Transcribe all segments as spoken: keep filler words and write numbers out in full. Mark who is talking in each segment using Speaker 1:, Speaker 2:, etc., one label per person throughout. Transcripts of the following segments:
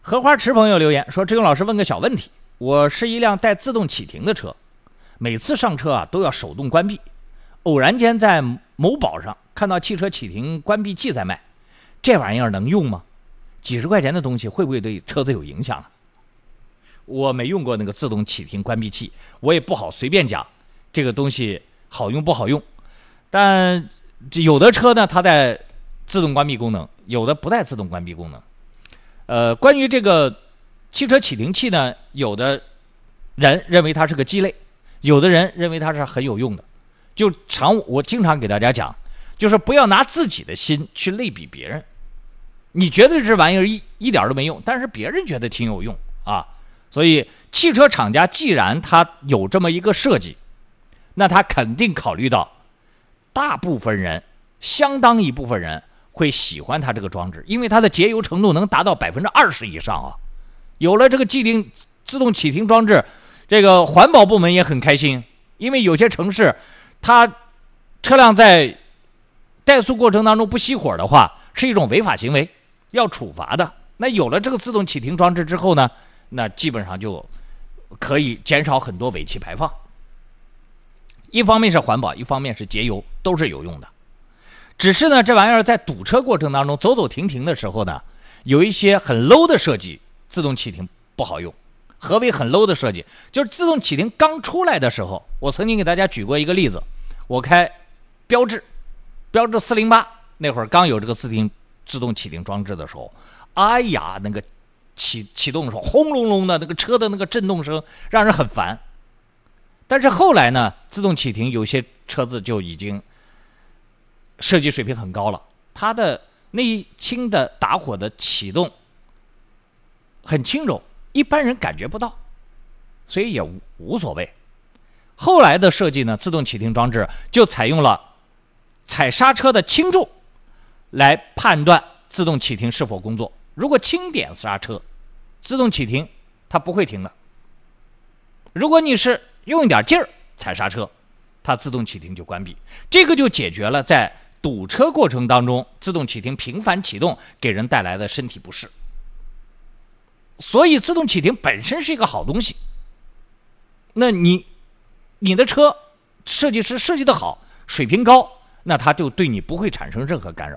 Speaker 1: 荷花池朋友留言说：“志勇老师问个小问题，我是一辆带自动启停的车，每次上车啊都要手动关闭。偶然间在某宝上看到汽车启停关闭器在卖，这玩意儿能用吗？几十块钱的东西会不会对车子有影响啊？”我没用过那个自动启停关闭器，我也不好随便讲这个东西好用不好用。但有的车呢，它带自动关闭功能，有的不带自动关闭功能。呃，关于这个汽车启停器呢，有的人认为它是个鸡肋，有的人认为它是很有用的。就常我经常给大家讲，就是不要拿自己的心去类比别人。你觉得这玩意儿一一点都没用，但是别人觉得挺有用啊。所以汽车厂家既然它有这么一个设计，那他肯定考虑到大部分人，相当一部分人会喜欢它这个装置，因为它的节油程度能达到百分之二十以上啊！有了这个既定自动启停装置，这个环保部门也很开心，因为有些城市，它车辆在怠速过程当中不熄火的话，是一种违法行为，要处罚的。那有了这个自动启停装置之后呢，那基本上就可以减少很多尾气排放。一方面是环保，一方面是节油，都是有用的。只是呢，这玩意儿在堵车过程当中走走停停的时候呢，有一些很 low 的设计，自动启停不好用。何为很 low 的设计？就是自动启停刚出来的时候，我曾经给大家举过一个例子，我开标致，标致四零八那会儿刚有这个自定自动启停装置的时候，哎呀，那个启启动的时候轰隆隆的那个车的那个震动声让人很烦。但是后来呢，自动启停有些车子就已经设计水平很高了，它的内轻的打火的启动很轻柔，一般人感觉不到，所以也 无, 无所谓。后来的设计呢，自动启停装置就采用了踩刹车的轻重来判断自动启停是否工作。如果轻点刹车，自动启停它不会停的；如果你是用一点劲儿踩刹车，它自动启停就关闭。这个就解决了在堵车过程当中自动启停频繁启动给人带来的身体不适。所以自动启停本身是一个好东西。那你你的车设计师设计的好，水平高，那它就对你不会产生任何干扰。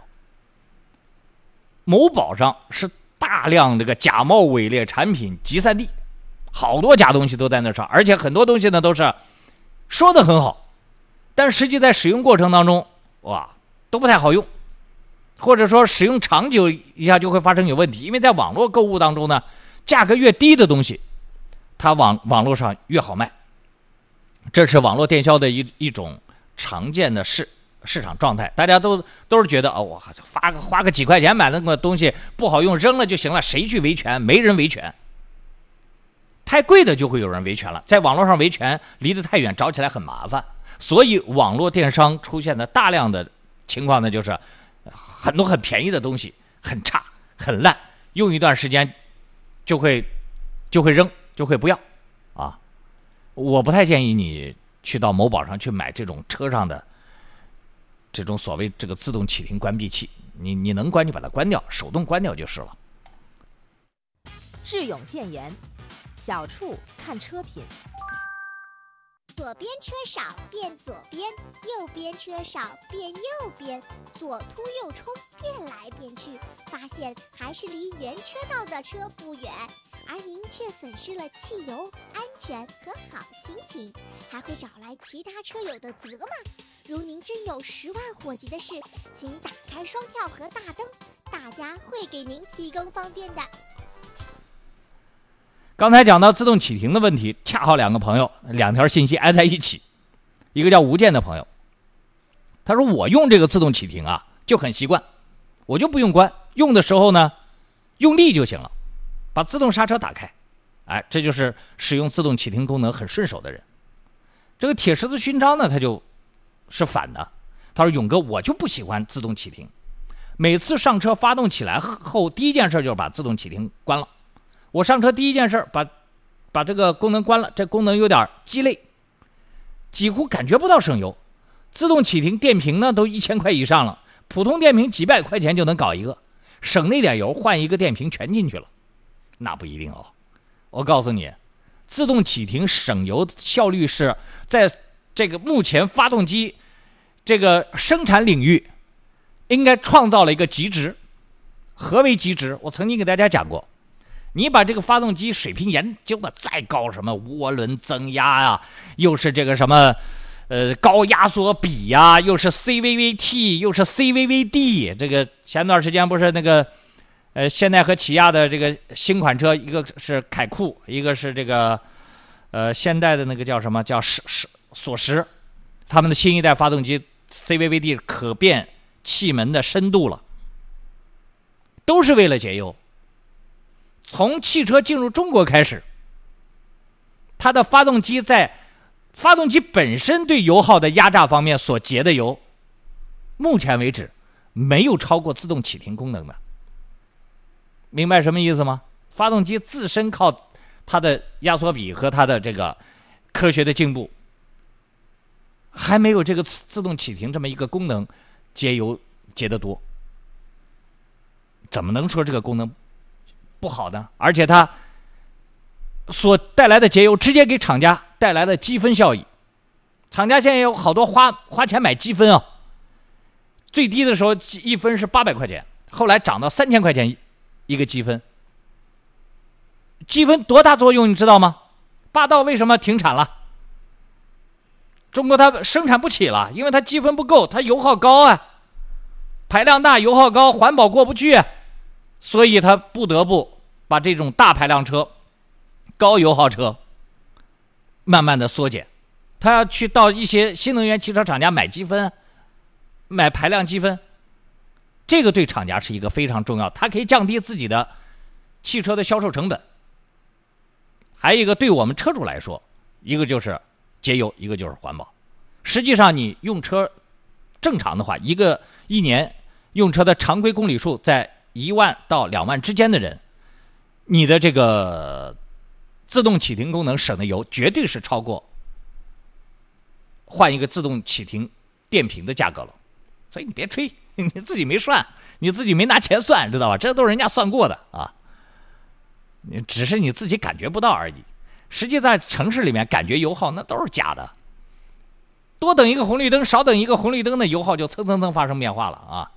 Speaker 1: 某宝上是大量这个假冒伪劣产品集散地，好多假东西都在那上，而且很多东西呢都是说的很好，但实际在使用过程当中，哇，都不太好用，或者说使用长久一下就会发生有问题。因为在网络购物当中呢，价格越低的东西，它网网络上越好卖，这是网络电销的一一种常见的市市场状态。大家都都是觉得哦，我花个花个几块钱买那个东西不好用，扔了就行了，谁去维权？没人维权。太贵的就会有人维权了，在网络上维权离得太远，找起来很麻烦。所以网络电商出现的大量的情况呢，就是很多很便宜的东西很差很烂，用一段时间就会就会扔，就会不要啊。我不太建议你去到某宝上去买这种车上的这种所谓这个自动启停关闭器，你你能关就把它关掉，手动关掉就是了。
Speaker 2: 智勇谏言，小处看车品。
Speaker 3: 左边车少变左边，右边车少变右边，左突右冲变来变去，发现还是离原车道的车不远，而您却损失了汽油、安全和好心情，还会找来其他车友的责骂。如您真有十万火急的事，请打开双跳和大灯，大家会给您提供方便的。
Speaker 1: 刚才讲到自动启停的问题，恰好两个朋友两条信息挨在一起。一个叫吴健的朋友，他说我用这个自动启停啊就很习惯，我就不用关，用的时候呢用力就行了，把自动刹车打开，哎，这就是使用自动启停功能很顺手的人。这个铁十字勋章呢他就是反的，他说勇哥我就不喜欢自动启停，每次上车发动起来后第一件事就是把自动启停关了。我上车第一件事把把这个功能关了，这功能有点鸡肋，几乎感觉不到省油。自动启停电瓶呢都一千块以上了，普通电瓶几百块钱就能搞一个，省那点油换一个电瓶全进去了。 那不一定哦。我告诉你，自动启停省油效率是在这个目前发动机这个生产领域应该创造了一个极值。何为极值？我曾经给大家讲过，你把这个发动机水平研究的再高，什么涡轮增压呀、啊，又是这个什么呃高压缩比呀、啊，又是 C V V T， 又是 C V V D。这个前段时间不是那个呃现代和起亚的这个新款车，一个是凯酷，一个是这个呃现代的那个叫什么叫史史索石，他们的新一代发动机 C V V D 可变气门的深度了。都是为了节油。从汽车进入中国开始，它的发动机在发动机本身对油耗的压榨方面所节的油，目前为止没有超过自动启停功能的。明白什么意思吗？发动机自身靠它的压缩比和它的这个科学的进步，还没有这个自动启停这么一个功能节油节得多。怎么能说这个功能不好呢？而且它所带来的节油直接给厂家带来了积分效益。厂家现在有好多花花钱买积分啊，最低的时候一分是八百块钱，后来涨到三千块钱一个积分。积分多大作用你知道吗？霸道为什么停产了？中国它生产不起了，因为它积分不够，它油耗高啊，排量大，油耗高，环保过不去，所以它不得不把这种大排量车、高油耗车慢慢的缩减。他要去到一些新能源汽车厂家买积分，买排量积分，这个对厂家是一个非常重要，它可以降低自己的汽车的销售成本。还有一个对我们车主来说，一个就是节油，一个就是环保。实际上你用车正常的话，一个一年用车的常规公里数在一万到两万之间的人，你的这个自动启停功能省的油绝对是超过换一个自动启停电瓶的价格了。所以你别吹，你自己没算，你自己没拿钱算，知道吧？这都是人家算过的啊，只是你自己感觉不到而已。实际在城市里面感觉油耗那都是假的，多等一个红绿灯，少等一个红绿灯的油耗就蹭蹭蹭发生变化了啊。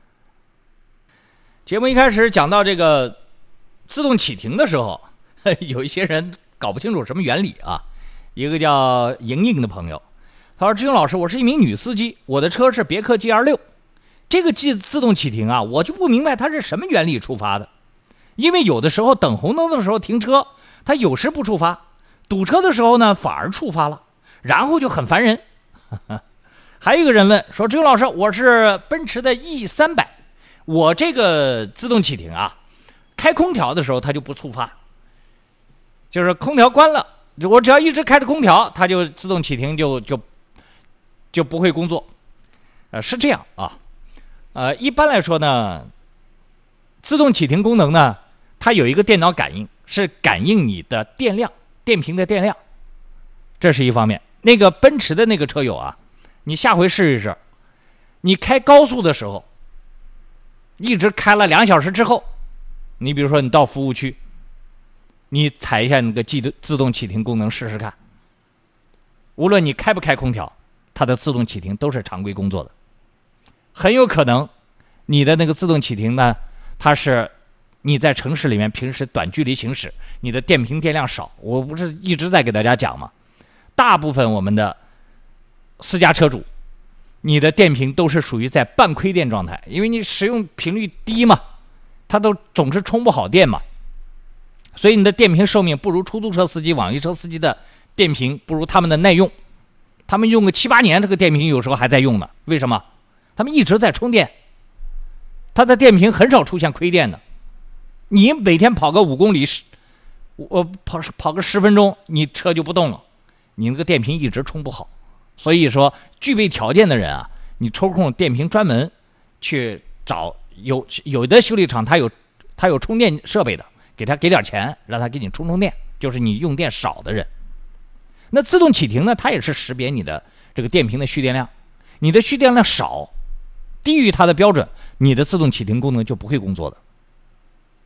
Speaker 1: 节目一开始讲到这个自动启停的时候，有一些人搞不清楚什么原理啊。一个叫莹莹的朋友，他说：“志勇老师，我是一名女司机，我的车是别克 G R 六，这个自自动启停啊，我就不明白它是什么原理触发的。因为有的时候等红灯的时候停车，它有时不触发，堵车的时候呢反而触发了，然后就很烦人。”还有一个人问说：“志勇老师，我是奔驰的 E 三百，我这个自动启停啊，开空调的时候它就不触发，就是空调关了，我只要一直开着空调，它就自动启停就就就不会工作。呃，是这样啊。呃，一般来说呢，自动启停功能呢，它有一个电脑感应，是感应你的电量，电瓶的电量，这是一方面。那个奔驰的那个车友啊，你下回试一试，你开高速的时候，一直开了两小时之后，你比如说你到服务区，你踩一下那个自动启停功能试试看，无论你开不开空调，它的自动启停都是常规工作的。很有可能你的那个自动启停呢，它是你在城市里面平时短距离行驶，你的电瓶电量少，我不是一直在给大家讲吗？大部分我们的私家车主，你的电瓶都是属于在半亏电状态，因为你使用频率低嘛，它都总是充不好电嘛，所以你的电瓶寿命不如出租车司机、网约车司机的电瓶不如他们的耐用，他们用个七八年，这个电瓶有时候还在用呢。为什么？他们一直在充电，他的电瓶很少出现亏电的。你每天跑个五公里，我跑跑个十分钟，你车就不动了，你那个电瓶一直充不好。所以说，具备条件的人啊，你抽空电瓶专门去找有有的修理厂，他有他有充电设备的，给他给点钱，让他给你充充电，就是你用电少的人。那自动启停呢，它也是识别你的这个电瓶的蓄电量，你的蓄电量少，低于它的标准，你的自动启停功能就不会工作的。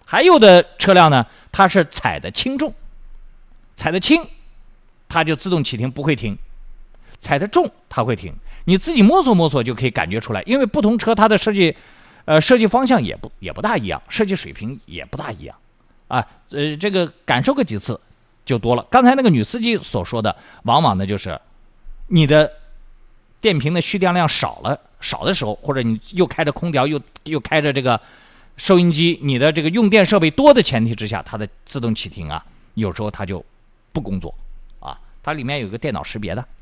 Speaker 1: 还有的车辆呢，它是踩的轻重，踩的轻，它就自动启停不会停；踩的重，它会停。你自己摸索摸索就可以感觉出来，因为不同车它的设计，呃，设计方向也不也不大一样，设计水平也不大一样，啊，呃，这个感受个几次就多了。刚才那个女司机所说的，往往呢就是你的电瓶的蓄电量少了，少的时候，或者你又开着空调，又又开着这个收音机，你的这个用电设备多的前提之下，它的自动启停啊，有时候它就不工作啊，它里面有个电脑识别的。